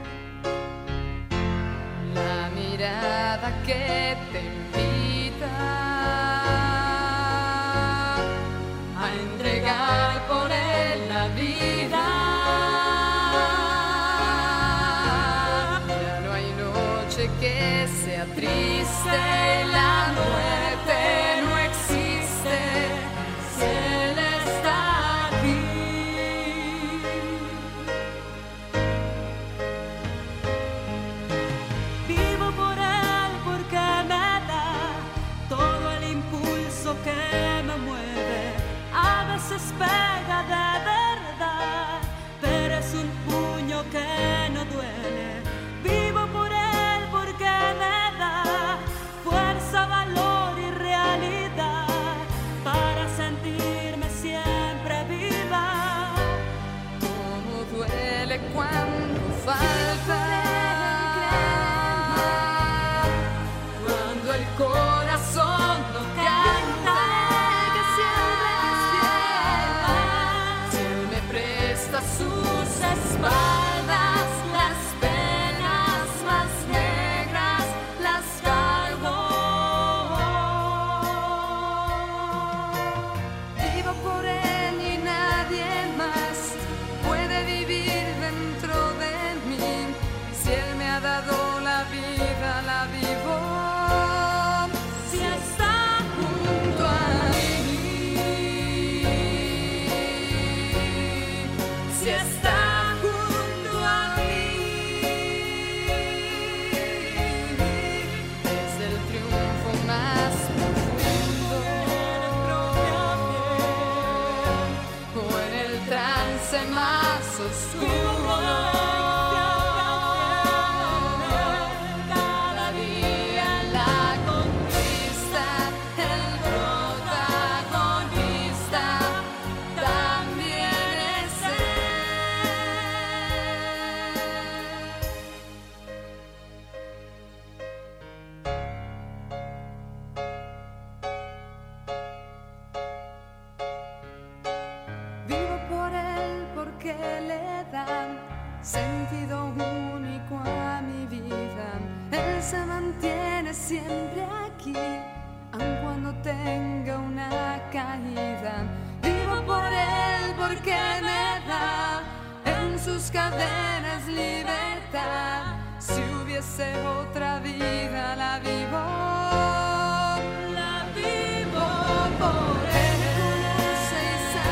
La mirada que te invita a entregar por él la vida. Ya no hay noche que sea triste, la muerte no existe si él está aquí. Vivo por él porque me da todo el impulso que me mueve. A veces pega de verdad, pero es un puño que no duele. Vivo por él porque me da fuerza, valor y realidad para sentirme siempre viva. Cómo duele cuando falta, cuando el corazón no canta, que siempre es fiel. Si él me presta sus espaldas, las penas más negras las cargo. Vivo por él y nadie más puede vivir dentro de mí. Si él me ha dado la vida, la vivo. Si está junto a mí, si está junto a mí, es el triunfo más profundo, o en el trance más oscuro. Cada día la conquista, el protagonista también es él. Vivo por él porque le dan sentido único a mi vida. Él se mantiene siempre aquí, aun cuando tenga una caída. Vivo por él porque me da en sus cadenas libertad. Si hubiese otra vida, la vivo. La vivo por él. Conoce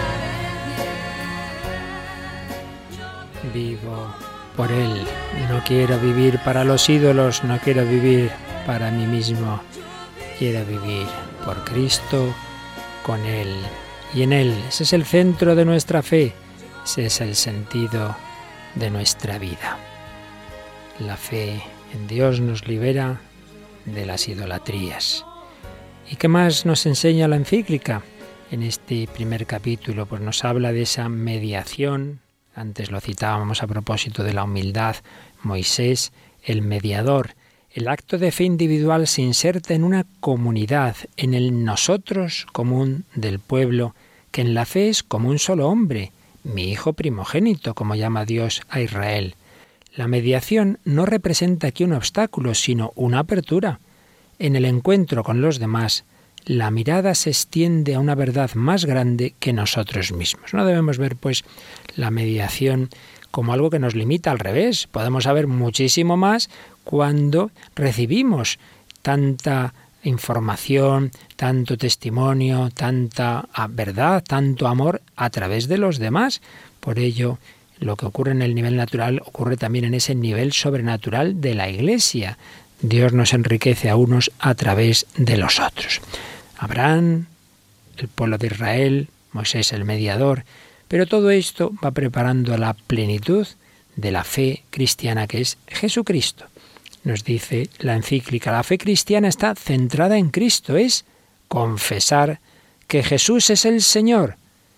y sabe bien. Vivo por él. No quiero vivir para los ídolos, no quiero vivir para mí mismo. Quiero vivir por Cristo, con Él y en Él. Ese es el centro de nuestra fe, ese es el sentido de nuestra vida. La fe en Dios nos libera de las idolatrías. ¿Y qué más nos enseña la encíclica? En este primer capítulo pues nos habla de esa mediación. Antes lo citábamos a propósito de la humildad. Moisés, el mediador. El acto de fe individual se inserta en una comunidad, en el nosotros común del pueblo, que en la fe es como un solo hombre, mi hijo primogénito, como llama Dios a Israel. La mediación no representa aquí un obstáculo, sino una apertura. En el encuentro con los demás, la mirada se extiende a una verdad más grande que nosotros mismos. No debemos ver, pues, la mediación como algo que nos limita, al revés. Podemos saber muchísimo más cuando recibimos tanta información, tanto testimonio, tanta verdad, tanto amor a través de los demás. Por ello, lo que ocurre en el nivel natural ocurre también en ese nivel sobrenatural de la Iglesia, Dios nos enriquece a unos a través de los otros. Abraham, el pueblo de Israel, Moisés el mediador, pero todo esto va preparando a la plenitud de la fe cristiana que es Jesucristo. Nos dice la encíclica, la fe cristiana está centrada en Cristo, es confesar que Jesús es el Señor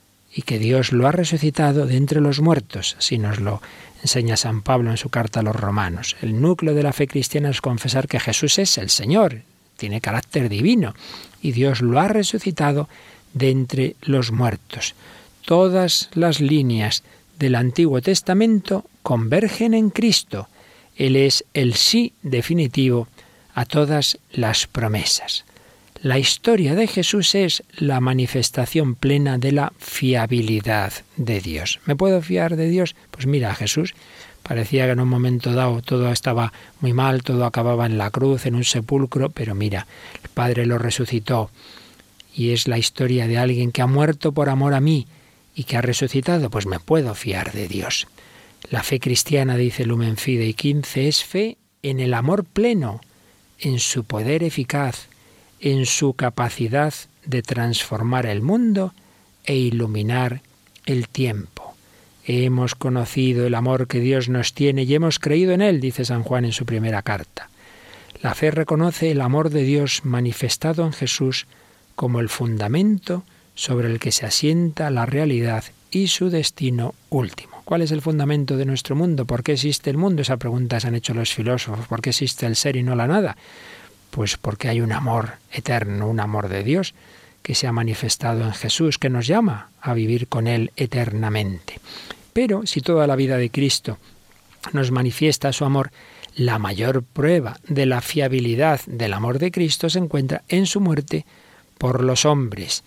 y que Dios lo ha resucitado de entre los muertos. Así nos lo enseña San Pablo en su carta a los Romanos. El núcleo de la fe cristiana es confesar que Jesús es el Señor, tiene carácter divino y Dios lo ha resucitado de entre los muertos. Todas las líneas del Antiguo Testamento convergen en Cristo. Él es el sí definitivo a todas las promesas. La historia de Jesús es la manifestación plena de la fiabilidad de Dios. ¿Me puedo fiar de Dios? Pues mira, Jesús parecía que en un momento dado todo estaba muy mal, todo acababa en la cruz, en un sepulcro, pero mira, el Padre lo resucitó y es la historia de alguien que ha muerto por amor a mí y que ha resucitado, pues me puedo fiar de Dios. La fe cristiana, dice Lumen Fidei 15, es fe en el amor pleno, en su poder eficaz, en su capacidad de transformar el mundo e iluminar el tiempo. Hemos conocido el amor que Dios nos tiene y hemos creído en él, dice San Juan en su primera carta. La fe reconoce el amor de Dios manifestado en Jesús como el fundamento sobre el que se asienta la realidad y su destino último. ¿Cuál es el fundamento de nuestro mundo? ¿Por qué existe el mundo? Esa pregunta se han hecho los filósofos. ¿Por qué existe el ser y no la nada? Pues porque hay un amor eterno, un amor de Dios que se ha manifestado en Jesús, que nos llama a vivir con Él eternamente. Pero si toda la vida de Cristo nos manifiesta su amor, la mayor prueba de la fiabilidad del amor de Cristo se encuentra en su muerte por los hombres.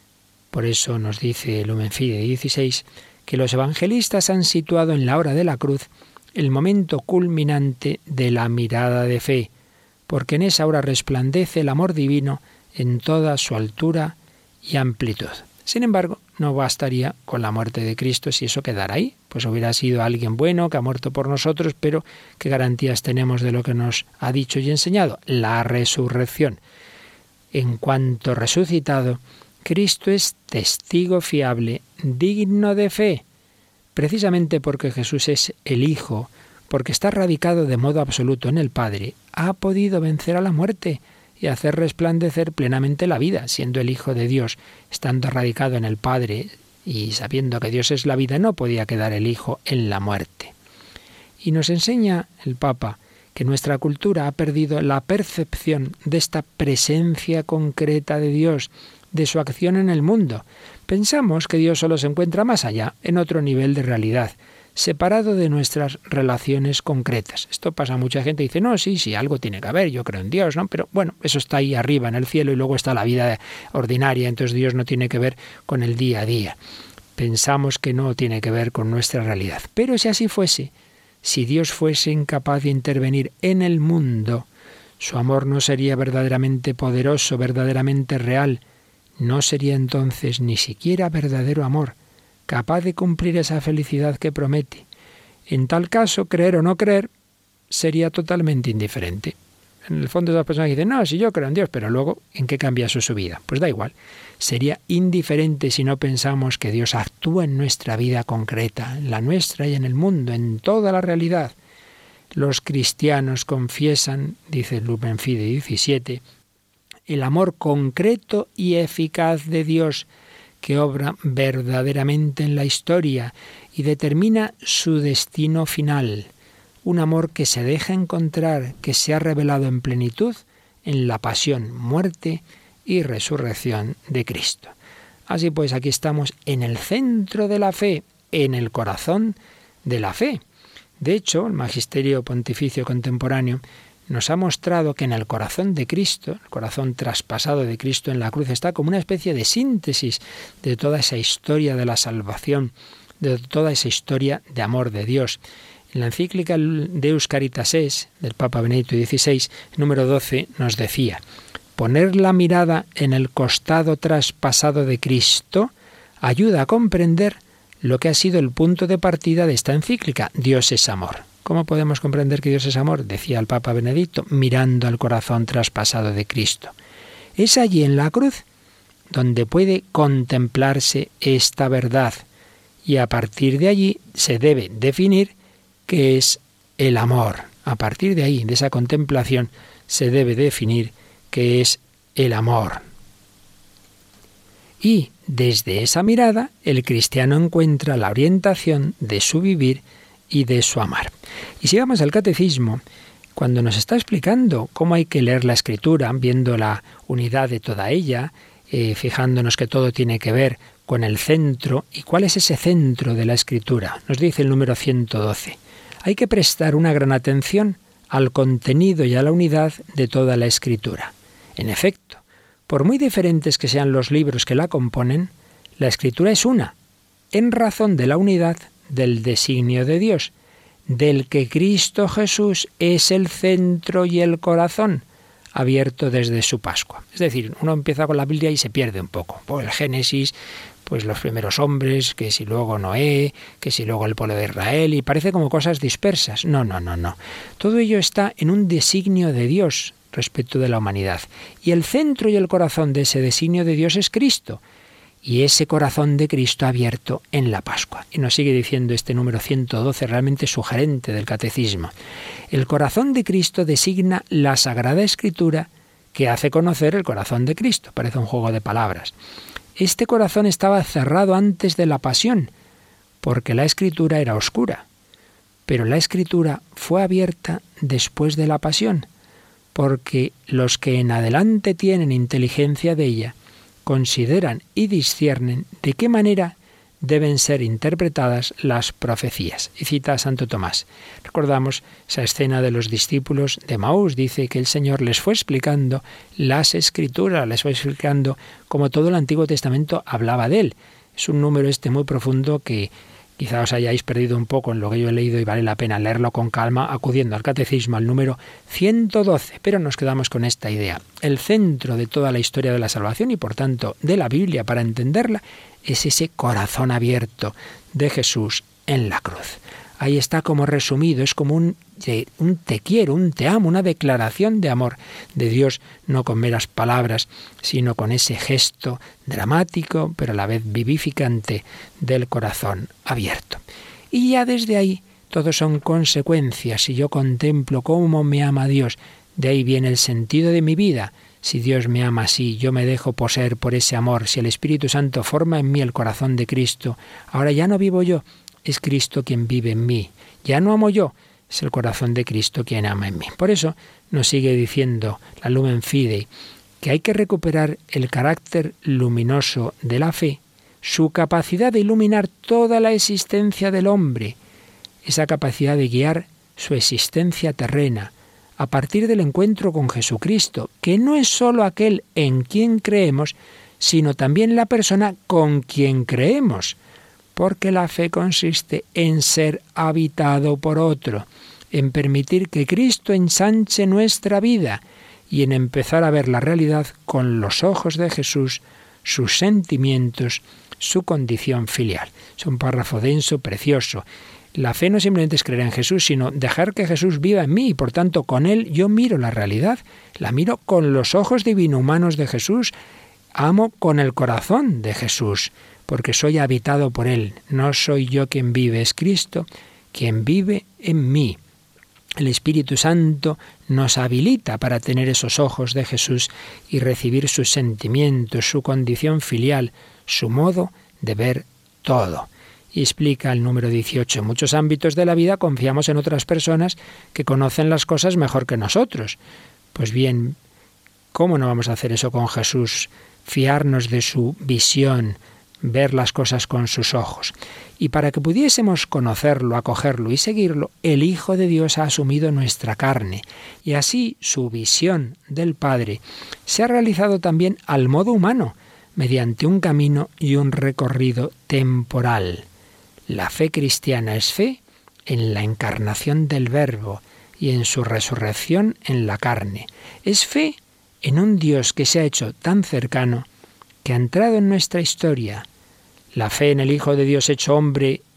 Por eso nos dice Lumen Fidei 16 que los evangelistas han situado en la hora de la cruz el momento culminante de la mirada de fe, porque en esa hora resplandece el amor divino en toda su altura y amplitud. Sin embargo, no bastaría con la muerte de Cristo si eso quedara ahí, pues hubiera sido alguien bueno que ha muerto por nosotros, pero ¿qué garantías tenemos de lo que nos ha dicho y enseñado? La resurrección. En cuanto resucitado, Cristo es testigo fiable, digno de fe, precisamente porque Jesús es el Hijo, porque está radicado de modo absoluto en el Padre, ha podido vencer a la muerte y hacer resplandecer plenamente la vida, siendo el Hijo de Dios, estando radicado en el Padre y sabiendo que Dios es la vida, no podía quedar el Hijo en la muerte. Y nos enseña el Papa que nuestra cultura ha perdido la percepción de esta presencia concreta de Dios, de su acción en el mundo. Pensamos que Dios solo se encuentra más allá, en otro nivel de realidad, separado de nuestras relaciones concretas. Esto pasa a mucha gente, dice, no, sí, algo tiene que haber, yo creo en Dios, ¿no? Pero bueno, eso está ahí arriba en el cielo y luego está la vida ordinaria, entonces Dios no tiene que ver con el día a día. Pensamos que no tiene que ver con nuestra realidad. Pero si así fuese, si Dios fuese incapaz de intervenir en el mundo, su amor no sería verdaderamente poderoso, verdaderamente real. No sería entonces ni siquiera verdadero amor, capaz de cumplir esa felicidad que promete. En tal caso, creer o no creer sería totalmente indiferente. En el fondo, las personas dicen, no, si yo creo en Dios, pero luego, ¿en qué cambia su vida? Pues da igual. Sería indiferente si no pensamos que Dios actúa en nuestra vida concreta, en la nuestra y en el mundo, en toda la realidad. Los cristianos confiesan, dice Lumen Fidei 17, el amor concreto y eficaz de Dios que obra verdaderamente en la historia y determina su destino final. Un amor que se deja encontrar, que se ha revelado en plenitud en la pasión, muerte y resurrección de Cristo. Así pues, aquí estamos en el centro de la fe, en el corazón de la fe. De hecho, el Magisterio Pontificio Contemporáneo nos ha mostrado que en el corazón de Cristo, el corazón traspasado de Cristo en la cruz, está como una especie de síntesis de toda esa historia de la salvación, de toda esa historia de amor de Dios. En la encíclica Deus Caritas Es, del Papa Benedicto XVI, número 12, nos decía, poner la mirada en el costado traspasado de Cristo ayuda a comprender lo que ha sido el punto de partida de esta encíclica. Dios es amor. ¿Cómo podemos comprender que Dios es amor? Decía el Papa Benedicto, mirando al corazón traspasado de Cristo. Es allí en la cruz donde puede contemplarse esta verdad, y a partir de allí se debe definir qué es el amor. A partir de ahí, de esa contemplación, se debe definir qué es el amor. Y desde esa mirada, el cristiano encuentra la orientación de su vivir y de su amar. Y si vamos al catecismo, cuando nos está explicando cómo hay que leer la Escritura, viendo la unidad de toda ella, fijándonos que todo tiene que ver con el centro, ¿y cuál es ese centro de la Escritura? Nos dice el número 112. Hay que prestar una gran atención al contenido y a la unidad de toda la Escritura. En efecto, por muy diferentes que sean los libros que la componen, la Escritura es una, en razón de la unidad del designio de Dios, del que Cristo Jesús es el centro y el corazón, abierto desde su Pascua. Es decir, uno empieza con la Biblia y se pierde un poco. Pues el Génesis, pues los primeros hombres, que si luego Noé, que si luego el pueblo de Israel, y parece como cosas dispersas. No. Todo ello está en un designio de Dios respecto de la humanidad. Y el centro y el corazón de ese designio de Dios es Cristo. Y ese corazón de Cristo abierto en la Pascua. Y nos sigue diciendo este número 112, realmente sugerente del Catecismo. El corazón de Cristo designa la Sagrada Escritura que hace conocer el corazón de Cristo. Parece un juego de palabras. Este corazón estaba cerrado antes de la pasión, porque la Escritura era oscura. Pero la Escritura fue abierta después de la pasión, porque los que en adelante tienen inteligencia de ella, consideran y disciernen de qué manera deben ser interpretadas las profecías. Y cita a Santo Tomás. Recordamos esa escena de los discípulos de Emaús. Dice que el Señor les fue explicando las Escrituras, les fue explicando cómo todo el Antiguo Testamento hablaba de él. Es un número muy profundo que quizá os hayáis perdido un poco en lo que yo he leído y vale la pena leerlo con calma acudiendo al Catecismo, al número 112. Pero nos quedamos con esta idea. El centro de toda la historia de la salvación y por tanto de la Biblia para entenderla es ese corazón abierto de Jesús en la cruz. Ahí está como resumido, es como un te quiero, un te amo, una declaración de amor de Dios, no con meras palabras, sino con ese gesto dramático, pero a la vez vivificante del corazón abierto. Y ya desde ahí todo son consecuencias. Si yo contemplo cómo me ama Dios, de ahí viene el sentido de mi vida. Si Dios me ama así, yo me dejo poseer por ese amor, si el Espíritu Santo forma en mí el corazón de Cristo, ahora ya no vivo yo, es Cristo quien vive en mí. Ya no amo yo, es el corazón de Cristo quien ama en mí. Por eso nos sigue diciendo la Lumen Fidei que hay que recuperar el carácter luminoso de la fe, su capacidad de iluminar toda la existencia del hombre, esa capacidad de guiar su existencia terrena, a partir del encuentro con Jesucristo, que no es sólo aquel en quien creemos, sino también la persona con quien creemos, porque la fe consiste en ser habitado por otro, en permitir que Cristo ensanche nuestra vida y en empezar a ver la realidad con los ojos de Jesús, sus sentimientos, su condición filial. Es un párrafo denso, precioso. La fe no simplemente es creer en Jesús, sino dejar que Jesús viva en mí y por tanto con Él yo miro la realidad, la miro con los ojos divino-humanos de Jesús, amo con el corazón de Jesús, porque soy habitado por Él. No soy yo quien vive, es Cristo quien vive en mí. El Espíritu Santo nos habilita para tener esos ojos de Jesús y recibir sus sentimientos, su condición filial, su modo de ver todo. Y explica el número 18, en muchos ámbitos de la vida confiamos en otras personas que conocen las cosas mejor que nosotros. Pues bien, ¿cómo no vamos a hacer eso con Jesús? Fiarnos de su visión, ver las cosas con sus ojos. Y para que pudiésemos conocerlo, acogerlo y seguirlo, el Hijo de Dios ha asumido nuestra carne. Y así su visión del Padre se ha realizado también al modo humano, mediante un camino y un recorrido temporal. La fe cristiana es fe en la encarnación del Verbo y en su resurrección en la carne. Es fe en un Dios que se ha hecho tan cercano, que ha entrado en nuestra historia. La fe en el Hijo de Dios hecho hombre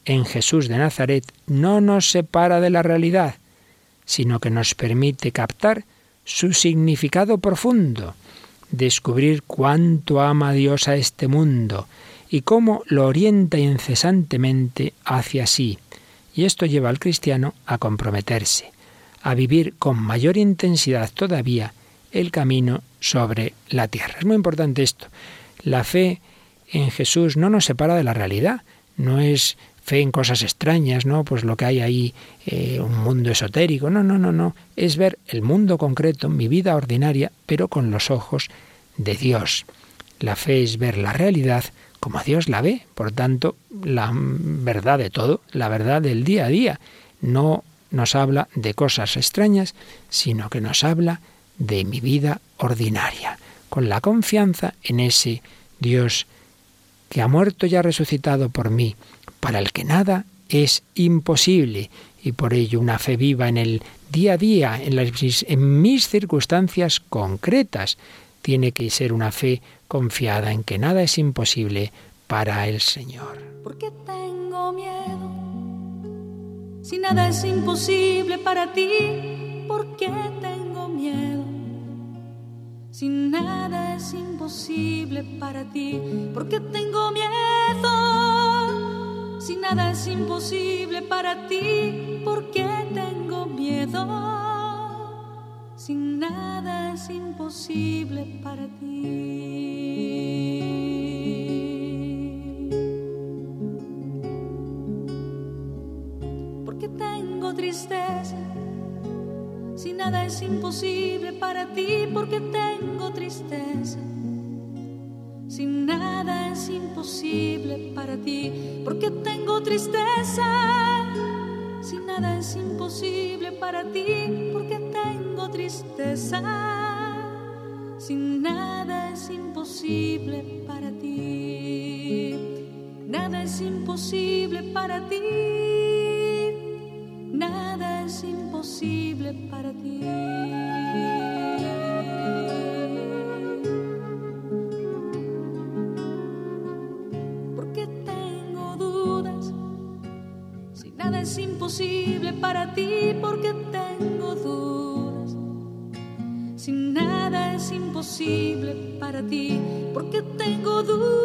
en Jesús de Nazaret no nos separa de la realidad, sino que nos permite captar su significado profundo, descubrir cuánto ama Dios a este mundo y cómo lo orienta incesantemente hacia sí. Y esto lleva al cristiano a comprometerse, a vivir con mayor intensidad todavía el camino sobre la tierra. Es muy importante esto. La fe en Jesús no nos separa de la realidad, no es fe en cosas extrañas, ¿no? Pues lo que hay ahí, un mundo esotérico. No. Es ver el mundo concreto, mi vida ordinaria, pero con los ojos de Dios. La fe es ver la realidad como Dios la ve. Por tanto, la verdad de todo, la verdad del día a día. No nos habla de cosas extrañas, sino que nos habla de mi vida ordinaria, con la confianza en ese Dios que ha muerto y ha resucitado por mí, para el que nada es imposible, y por ello una fe viva en el día a día, en mis circunstancias concretas. Tiene que ser una fe confiada en que nada es imposible para el Señor. ¿Por qué tengo miedo? Si nada es imposible para ti, ¿por qué tengo miedo? Si nada es imposible para ti, ¿por qué tengo miedo? Si nada es imposible para ti, ¿por qué tengo miedo? Si nada es imposible para ti. ¿Por qué tengo tristeza? Si nada es imposible para ti, ¿por qué tengo tristeza? Si nada es imposible para ti, ¿por qué tengo tristeza? Si nada es imposible para ti, ¿por qué tengo tristeza? Si nada es imposible para ti, nada es imposible para ti, nada es imposible para ti. ¿Por qué tengo dudas? Si nada es imposible para ti, ¿por qué tengo dudas? Si nada es imposible para ti, ¿por qué tengo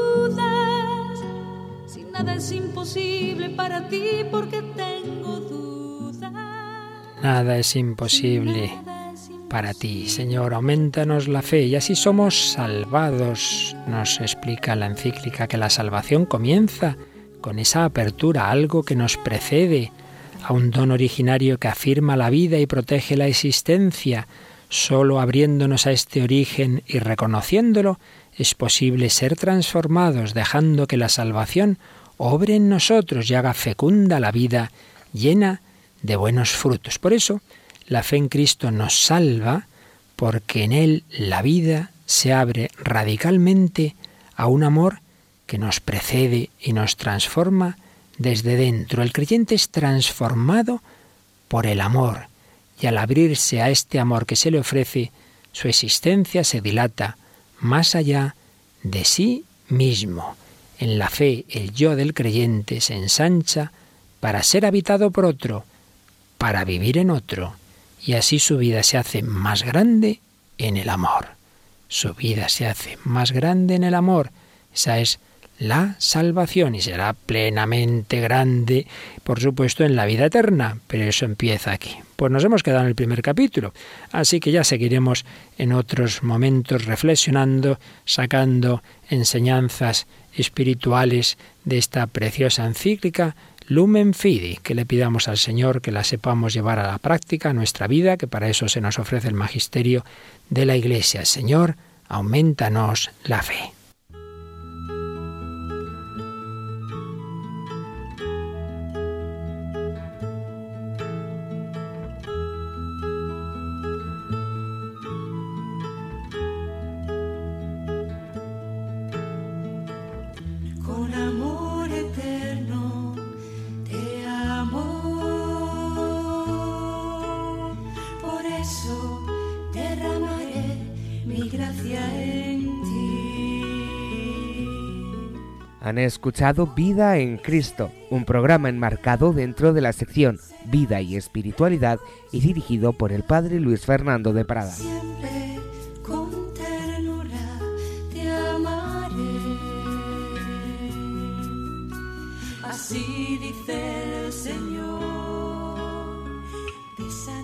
dudas? Si nada es imposible para ti, ¿por qué tengo dudas? Nada es imposible para ti, Señor. Aumentanos la fe y así somos salvados. Nos explica la encíclica que la salvación comienza con esa apertura a algo que nos precede, a un don originario que afirma la vida y protege la existencia. Solo abriéndonos a este origen y reconociéndolo es posible ser transformados, dejando que la salvación obre en nosotros y haga fecunda la vida llena de buenos frutos. Por eso, la fe en Cristo nos salva, porque en Él la vida se abre radicalmente a un amor que nos precede y nos transforma desde dentro. El creyente es transformado por el amor, y al abrirse a este amor que se le ofrece, su existencia se dilata más allá de sí mismo. En la fe, el yo del creyente se ensancha para ser habitado por otro, para vivir en otro, y así su vida se hace más grande en el amor. Su vida se hace más grande en el amor. Esa es la salvación y será plenamente grande, por supuesto, en la vida eterna, pero eso empieza aquí. Pues nos hemos quedado en el primer capítulo, así que ya seguiremos en otros momentos reflexionando, sacando enseñanzas espirituales de esta preciosa encíclica Lumen Fidei, que le pidamos al Señor que la sepamos llevar a la práctica, a nuestra vida, que para eso se nos ofrece el magisterio de la Iglesia. Señor, aumentanos la fe. Con amor eterno te amo, por eso derramaré mi gracia en ti. Han escuchado Vida en Cristo, un programa enmarcado dentro de la sección Vida y Espiritualidad y dirigido por el Padre Luis Fernando de Prada. Siempre con ternura te amaré. Así dice el Señor.